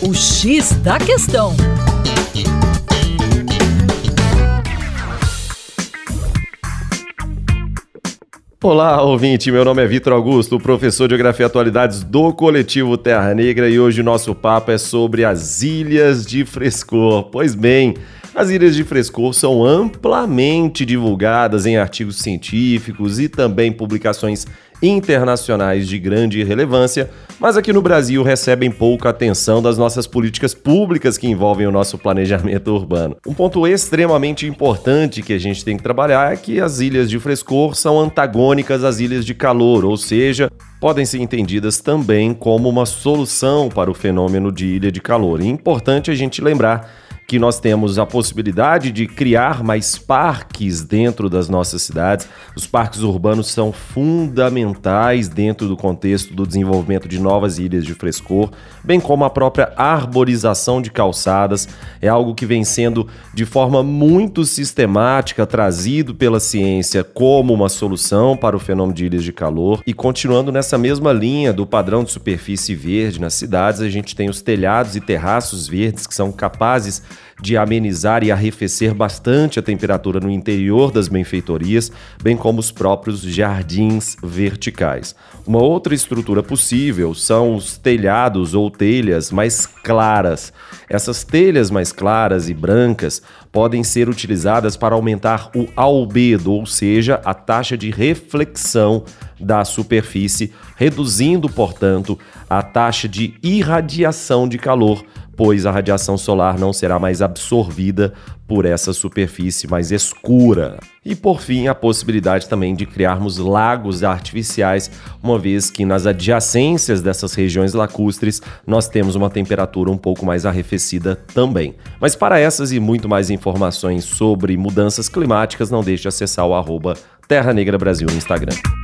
O X da Questão. Olá, ouvinte, meu nome é Vitor Augusto, professor de Geografia e Atualidades do Coletivo Terra Negra, e hoje o nosso papo é sobre as Ilhas de Frescor. Pois bem, as Ilhas de Frescor são amplamente divulgadas em artigos científicos e também publicações internacionais de grande relevância, mas aqui no Brasil recebem pouca atenção das nossas políticas públicas que envolvem o nosso planejamento urbano. Um ponto extremamente importante que a gente tem que trabalhar é que as Ilhas de Frescor são antagônicas às Ilhas de Calor, ou seja, podem ser entendidas também como uma solução para o fenômeno de ilha de calor. E é importante a gente lembrar que nós temos a possibilidade de criar mais parques dentro das nossas cidades. Os parques urbanos são fundamentais dentro do contexto do desenvolvimento de novas ilhas de frescor, bem como a própria arborização de calçadas. É algo que vem sendo de forma muito sistemática trazido pela ciência como uma solução para o fenômeno de ilhas de calor. E continuando nessa mesma linha do padrão de superfície verde nas cidades, a gente tem os telhados e terraços verdes que são capazes de amenizar e arrefecer bastante a temperatura no interior das benfeitorias, bem como os próprios jardins verticais. Uma outra estrutura possível são os telhados ou telhas mais claras. Essas telhas mais claras e brancas podem ser utilizadas para aumentar o albedo, ou seja, a taxa de reflexão da superfície, reduzindo, portanto, a taxa de irradiação de calor, pois a radiação solar não será mais absorvida por essa superfície mais escura. E por fim, a possibilidade também de criarmos lagos artificiais, uma vez que nas adjacências dessas regiões lacustres nós temos uma temperatura um pouco mais arrefecida também. Mas para essas e muito mais informações sobre mudanças climáticas, não deixe de acessar o @Terra Negra Brasil no Instagram.